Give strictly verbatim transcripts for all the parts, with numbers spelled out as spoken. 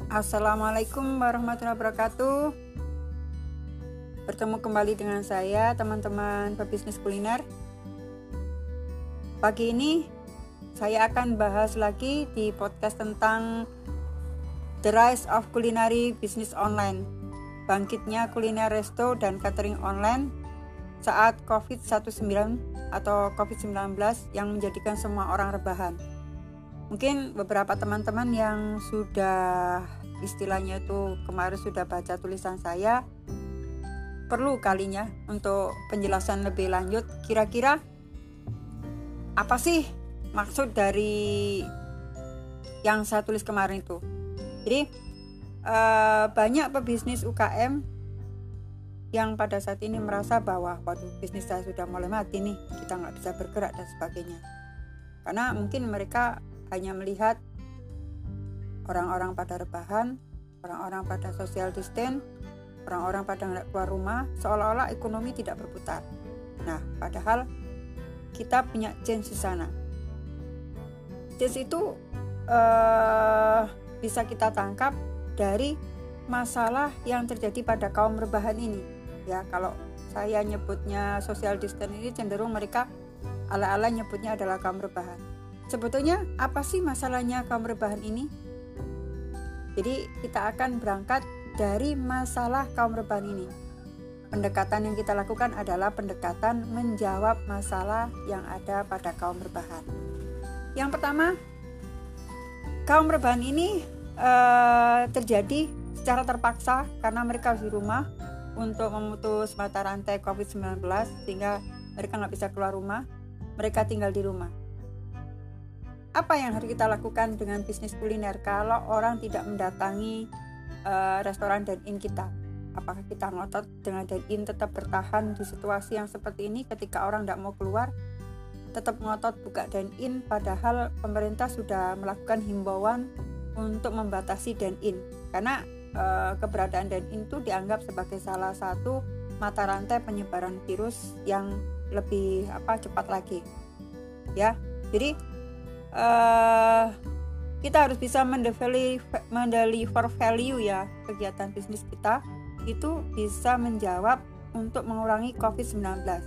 Assalamualaikum warahmatullahi wabarakatuh. Bertemu kembali dengan saya, teman-teman pebisnis kuliner. Pagi ini saya akan bahas lagi di podcast tentang The Rise of Culinary Business Online, bangkitnya kuliner resto dan catering online saat covid sembilan belas atau covid sembilan belas yang menjadikan semua orang rebahan. Mungkin beberapa teman-teman yang sudah istilahnya itu kemarin sudah baca tulisan saya, perlu kalinya untuk penjelasan lebih lanjut kira-kira apa sih maksud dari yang saya tulis kemarin itu. Jadi eh, banyak pebisnis U K M yang pada saat ini merasa bahwa waduh, bisnis saya sudah mulai mati nih, kita nggak bisa bergerak dan sebagainya. Karena mungkin mereka hanya melihat orang-orang pada rebahan, orang-orang pada social distance, orang-orang pada nggak keluar rumah, seolah-olah ekonomi tidak berputar. Nah, padahal kita punya change di sana. Change itu uh, bisa kita tangkap dari masalah yang terjadi pada kaum rebahan ini. Ya, kalau saya nyebutnya social distance ini cenderung mereka ala-ala nyebutnya adalah kaum rebahan. Sebetulnya apa sih masalahnya kaum rebahan ini? Jadi kita akan berangkat dari masalah kaum rebahan ini. Pendekatan yang kita lakukan adalah pendekatan menjawab masalah yang ada pada kaum rebahan. Yang pertama, kaum rebahan ini eh, terjadi secara terpaksa karena mereka harus di rumah untuk memutus mata rantai covid sembilan belas sehingga mereka nggak bisa keluar rumah, mereka tinggal di rumah. Apa yang harus kita lakukan dengan bisnis kuliner kalau orang tidak mendatangi uh, restoran dine-in kita? Apakah kita ngotot dengan dine-in tetap bertahan di situasi yang seperti ini ketika orang tidak mau keluar? Tetap ngotot buka dine-in padahal pemerintah sudah melakukan himbauan untuk membatasi dine-in. Karena uh, keberadaan dine-in itu dianggap sebagai salah satu mata rantai penyebaran virus yang lebih apa cepat lagi. Ya, jadi Uh, kita harus bisa mendeliver value ya kegiatan bisnis kita itu bisa menjawab untuk mengurangi covid sembilan belas.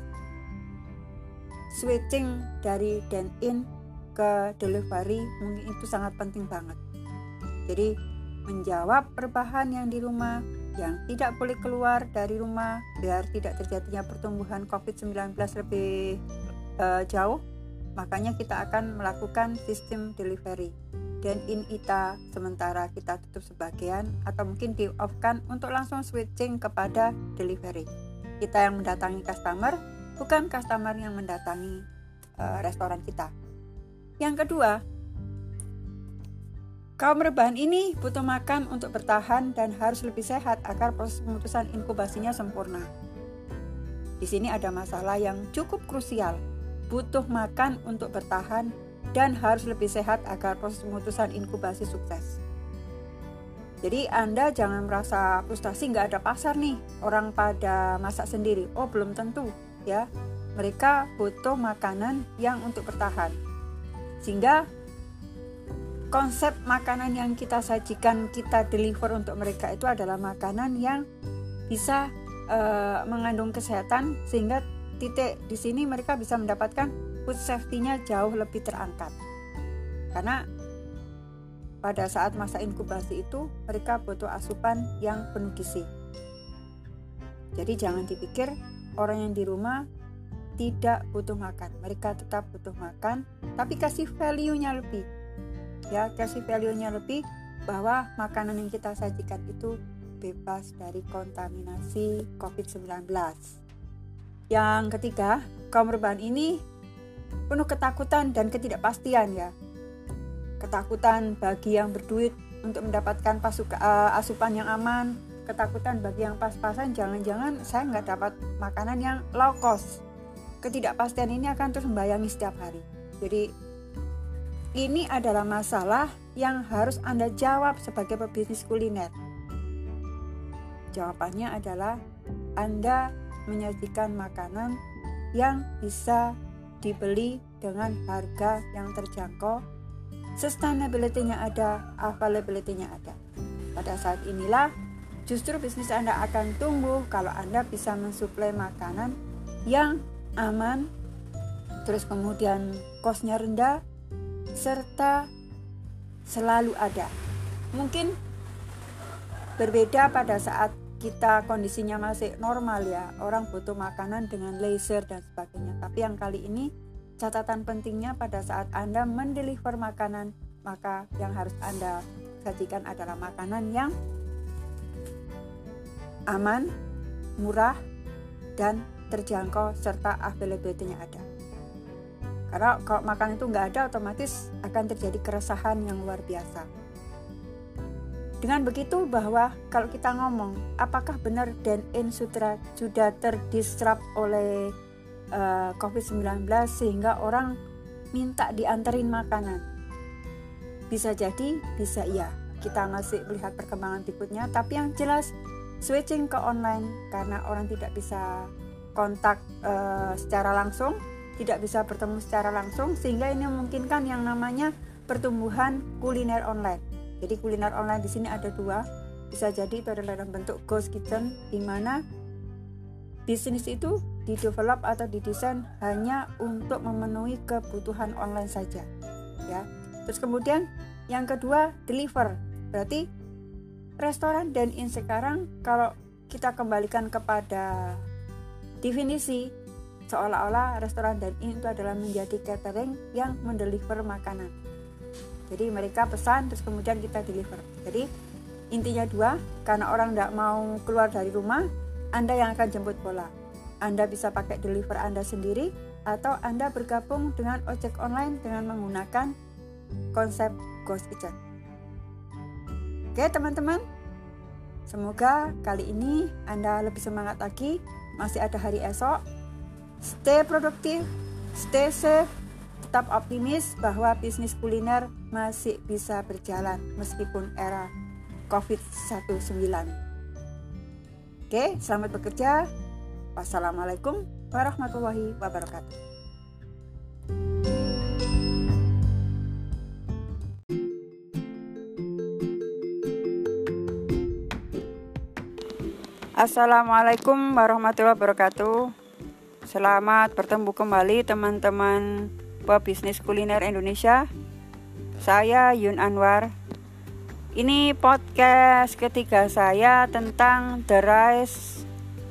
Switching dari dine-in ke delivery mungkin itu sangat penting banget. Jadi menjawab rebahan yang di rumah, yang tidak boleh keluar dari rumah biar tidak terjadinya pertumbuhan covid sembilan belas lebih uh, jauh. Makanya kita akan melakukan sistem delivery. Dine-in kita sementara kita tutup sebagian atau mungkin di off-kan untuk langsung switching kepada delivery. Kita yang mendatangi customer, bukan customer yang mendatangi uh, restoran kita. Yang kedua, kaum rebahan ini butuh makan untuk bertahan dan harus lebih sehat agar proses pemutusan inkubasinya sempurna. Di sini ada masalah yang cukup krusial. Butuh makan untuk bertahan dan harus lebih sehat agar proses pemutusan inkubasi sukses. Jadi Anda jangan merasa frustasi nggak ada pasar nih, orang pada masak sendiri. Oh belum tentu ya, mereka butuh makanan yang untuk bertahan. Sehingga konsep makanan yang kita sajikan, kita deliver untuk mereka itu adalah makanan yang bisa uh, mengandung kesehatan sehingga titik di sini mereka bisa mendapatkan food safety-nya jauh lebih terangkat. Karena pada saat masa inkubasi itu mereka butuh asupan yang penuh gizi. Jadi jangan dipikir orang yang di rumah tidak butuh makan. Mereka tetap butuh makan, tapi kasih value-nya lebih. Ya, kasih value-nya lebih bahwa makanan yang kita sajikan itu bebas dari kontaminasi covid sembilan belas. Yang ketiga, kaum rebahan ini penuh ketakutan dan ketidakpastian ya. Ketakutan bagi yang berduit untuk mendapatkan pasuka, uh, asupan yang aman. Ketakutan bagi yang pas-pasan, jangan-jangan saya nggak dapat makanan yang low cost. Ketidakpastian ini akan terus membayangi setiap hari. Jadi ini adalah masalah yang harus Anda jawab sebagai pebisnis kuliner. Jawabannya adalah Anda menyajikan makanan yang bisa dibeli dengan harga yang terjangkau, sustainability-nya ada, availability-nya ada. Pada saat inilah justru bisnis Anda akan tumbuh kalau Anda bisa mensuplai makanan yang aman, terus kemudian cost-nya rendah, serta selalu ada. Mungkin berbeda pada saat kita kondisinya masih normal ya, orang butuh makanan dengan leisure dan sebagainya. Tapi yang kali ini catatan pentingnya pada saat Anda mendeliver makanan, maka yang harus Anda sajikan adalah makanan yang aman, murah, dan terjangkau serta availability-nya ada. Karena kalau makanan itu nggak ada, otomatis akan terjadi keresahan yang luar biasa. Dengan begitu bahwa kalau kita ngomong apakah benar dine-in sudah, sudah terdisrupt oleh uh, covid sembilan belas sehingga orang minta dianterin makanan. Bisa jadi, bisa iya. Kita masih melihat perkembangan berikutnya, tapi yang jelas switching ke online karena orang tidak bisa kontak uh, secara langsung, tidak bisa bertemu secara langsung, sehingga ini memungkinkan yang namanya pertumbuhan kuliner online. Jadi kuliner online di sini ada dua, bisa jadi itu adalah dalam bentuk ghost kitchen, di mana bisnis itu didevelop atau didesain hanya untuk memenuhi kebutuhan online saja, ya. Terus kemudian yang kedua deliver, berarti restoran dine-in sekarang kalau kita kembalikan kepada definisi, seolah-olah restoran dine-in itu adalah menjadi catering yang mendeliver makanan. Jadi mereka pesan terus kemudian kita deliver. Jadi intinya dua, karena orang tidak mau keluar dari rumah, Anda yang akan jemput bola. Anda bisa pakai deliver Anda sendiri atau Anda bergabung dengan ojek online dengan menggunakan konsep ghost kitchen. Oke teman-teman, semoga kali ini Anda lebih semangat lagi. Masih ada hari esok. Stay produktif, stay safe, tetap optimis bahwa bisnis kuliner masih bisa berjalan meskipun era covid sembilan belas. Oke, selamat bekerja. Wassalamualaikum warahmatullahi wabarakatuh. Assalamualaikum warahmatullahi wabarakatuh. Selamat bertemu kembali teman-teman pebisnis kuliner Indonesia. Saya Yun Anwar. Ini podcast ketiga saya tentang The Rise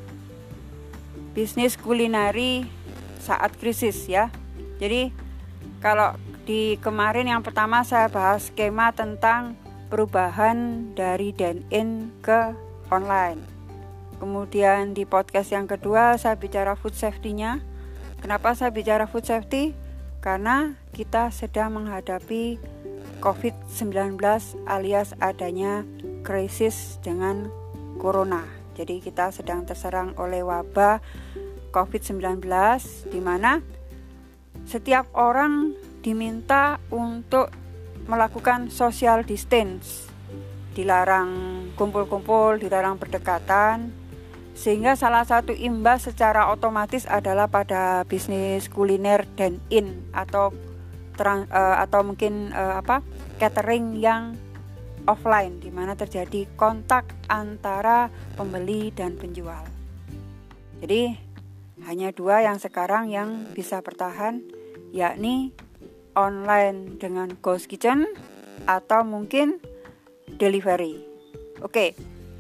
bisnis kulineri saat krisis ya. Jadi kalau di kemarin yang pertama saya bahas skema tentang perubahan dari dine-in ke online. Kemudian di podcast yang kedua saya bicara food safety-nya. Kenapa saya bicara food safety? Karena kita sedang menghadapi covid sembilan belas alias adanya krisis dengan corona. Jadi kita sedang terserang oleh wabah covid sembilan belas di mana setiap orang diminta untuk melakukan social distance. Dilarang kumpul-kumpul, dilarang berdekatan. Sehingga salah satu imbas secara otomatis adalah pada bisnis kuliner dine-in atau trans, uh, atau mungkin uh, apa catering yang offline, di mana terjadi kontak antara pembeli dan penjual. Jadi hanya dua yang sekarang yang bisa bertahan, yakni online dengan ghost kitchen atau mungkin delivery. Oke.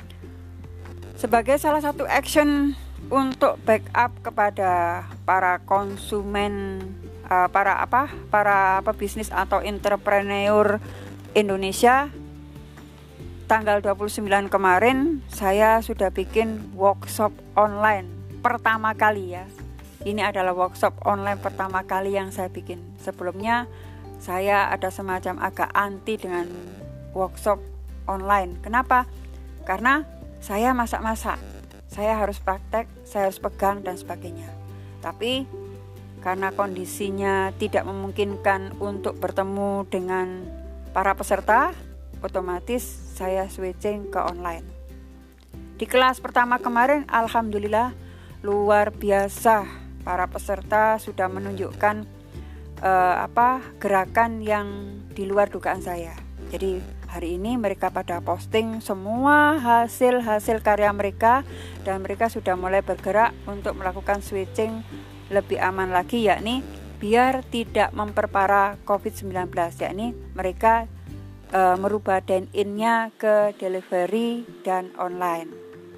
Sebagai salah satu action untuk backup kepada para konsumen, uh, para apa, para pebisnis atau entrepreneur Indonesia, tanggal dua puluh sembilan kemarin saya sudah bikin workshop online pertama kali ya. Ini adalah workshop online pertama kali yang saya bikin. Sebelumnya saya ada semacam agak anti dengan workshop online. Kenapa? Karena saya masak-masak, saya harus praktek, saya harus pegang dan sebagainya. Tapi karena kondisinya tidak memungkinkan untuk bertemu dengan para peserta, otomatis saya switching ke online. Di kelas pertama kemarin, alhamdulillah luar biasa, para peserta sudah menunjukkan uh, apa gerakan yang di luar dugaan saya. Jadi Hari ini mereka pada posting semua hasil-hasil karya mereka, dan mereka sudah mulai bergerak untuk melakukan switching lebih aman lagi, yakni biar tidak memperparah covid sembilan belas, yakni mereka e, merubah dine-in-nya ke delivery dan online.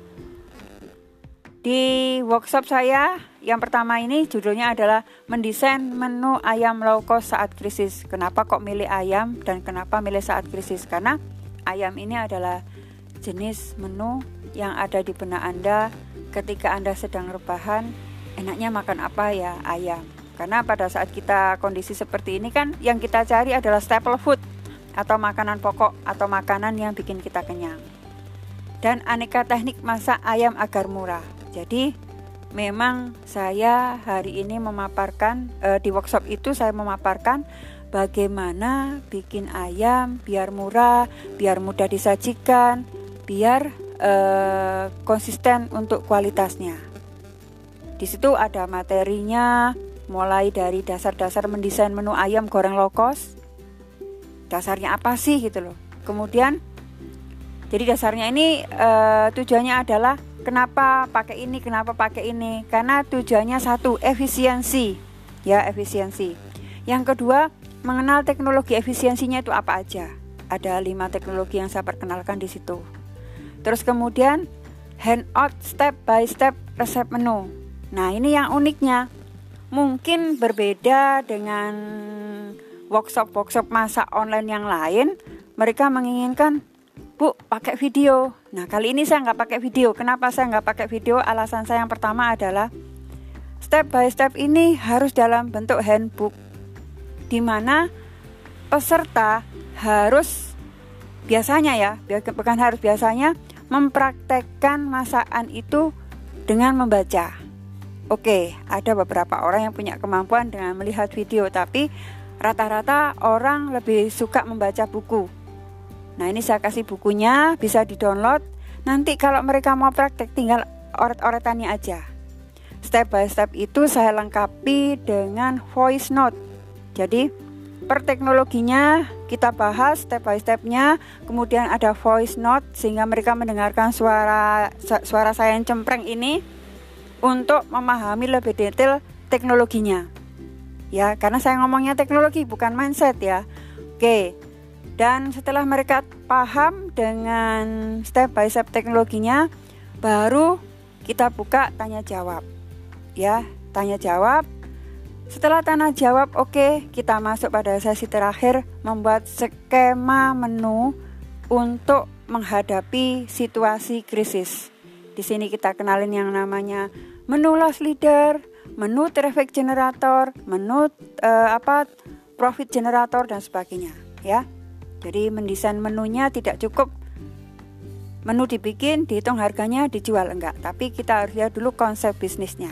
Di workshop saya yang pertama ini judulnya adalah mendesain menu ayam low cost saat krisis. Kenapa kok milih ayam dan kenapa milih saat krisis? Karena ayam ini adalah jenis menu yang ada di benak Anda ketika Anda sedang rebahan. Enaknya makan apa ya? Ayam. Karena pada saat kita kondisi seperti ini kan yang kita cari adalah staple food atau makanan pokok atau makanan yang bikin kita kenyang. Dan aneka teknik masak ayam agar murah. Jadi memang saya hari ini memaparkan eh, di workshop itu saya memaparkan bagaimana bikin ayam biar murah, biar mudah disajikan, biar eh, konsisten untuk kualitasnya. Di situ ada materinya, mulai dari dasar-dasar mendesain menu ayam goreng low cost. Dasarnya apa sih gitu loh. Kemudian jadi dasarnya ini eh, tujuannya adalah kenapa pakai ini, kenapa pakai ini? Karena tujuannya satu, efisiensi. Ya, efisiensi. Yang kedua, mengenal teknologi efisiensinya itu apa aja. Ada lima teknologi yang saya perkenalkan di situ. Terus kemudian handout step by step resep menu. Nah, ini yang uniknya. Mungkin berbeda dengan workshop-workshop masak online yang lain. Mereka menginginkan, Bu, pakai video. Nah, kali ini saya nggak pakai video. Kenapa saya nggak pakai video? Alasan saya yang pertama adalah step by step ini harus dalam bentuk handbook, di mana peserta harus biasanya ya, bukan harus biasanya mempraktekkan masakan itu dengan membaca. Oke, ada beberapa orang yang punya kemampuan dengan melihat video, tapi rata-rata orang lebih suka membaca buku. Nah, ini saya kasih bukunya, bisa di-download. Nanti kalau mereka mau praktek tinggal oret-oretannya aja. Step by step itu saya lengkapi dengan voice note. Jadi per teknologinya kita bahas step by stepnya, kemudian ada voice note sehingga mereka mendengarkan suara suara saya yang cempreng ini untuk memahami lebih detail teknologinya. Ya, karena saya ngomongnya teknologi bukan mindset ya. Oke. Dan setelah mereka paham dengan step by step teknologinya, baru kita buka tanya jawab. Ya, tanya jawab. Setelah tanya jawab, oke, okay, kita masuk pada sesi terakhir membuat skema menu untuk menghadapi situasi krisis. Di sini kita kenalin yang namanya menu loss leader, menu traffic generator, menu uh, apa profit generator dan sebagainya, ya. Jadi mendesain menunya tidak cukup menu dibikin, dihitung harganya, dijual, enggak. Tapi kita harus lihat dulu konsep bisnisnya.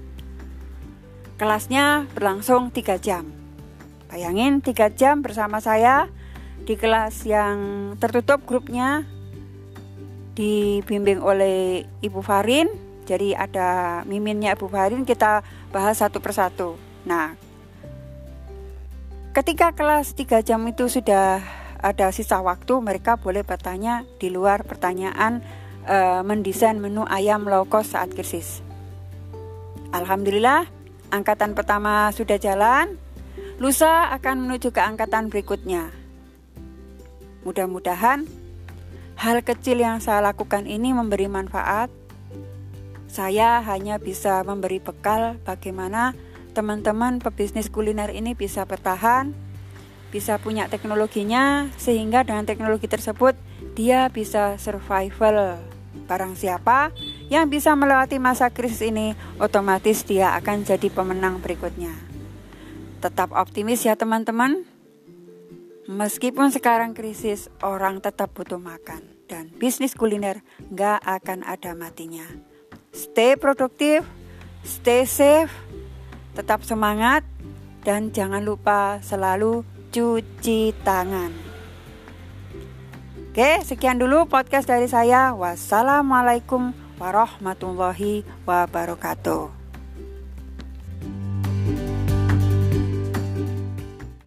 Kelasnya berlangsung tiga jam. Bayangin tiga jam bersama saya di kelas yang tertutup, grupnya dibimbing oleh Ibu Farin. Jadi ada miminnya Ibu Farin, kita bahas satu persatu. Nah, ketika kelas tiga jam itu sudah ada sisa waktu, mereka boleh bertanya di luar pertanyaan e, mendesain menu ayam low cost saat krisis. Alhamdulillah, angkatan pertama sudah jalan. Lusa akan menuju ke angkatan berikutnya. Mudah-mudahan hal kecil yang saya lakukan ini memberi manfaat. Saya hanya bisa memberi bekal bagaimana teman-teman pebisnis kuliner ini bisa bertahan, bisa punya teknologinya, sehingga dengan teknologi tersebut dia bisa survival. Barang siapa yang bisa melewati masa krisis ini, otomatis dia akan jadi pemenang berikutnya. Tetap optimis ya teman-teman. Meskipun sekarang krisis, orang tetap butuh makan, dan bisnis kuliner gak akan ada matinya. Stay produktif, stay safe, tetap semangat, dan jangan lupa selalu cuci tangan. Oke, sekian dulu podcast dari saya. Wassalamualaikum warahmatullahi wabarakatuh.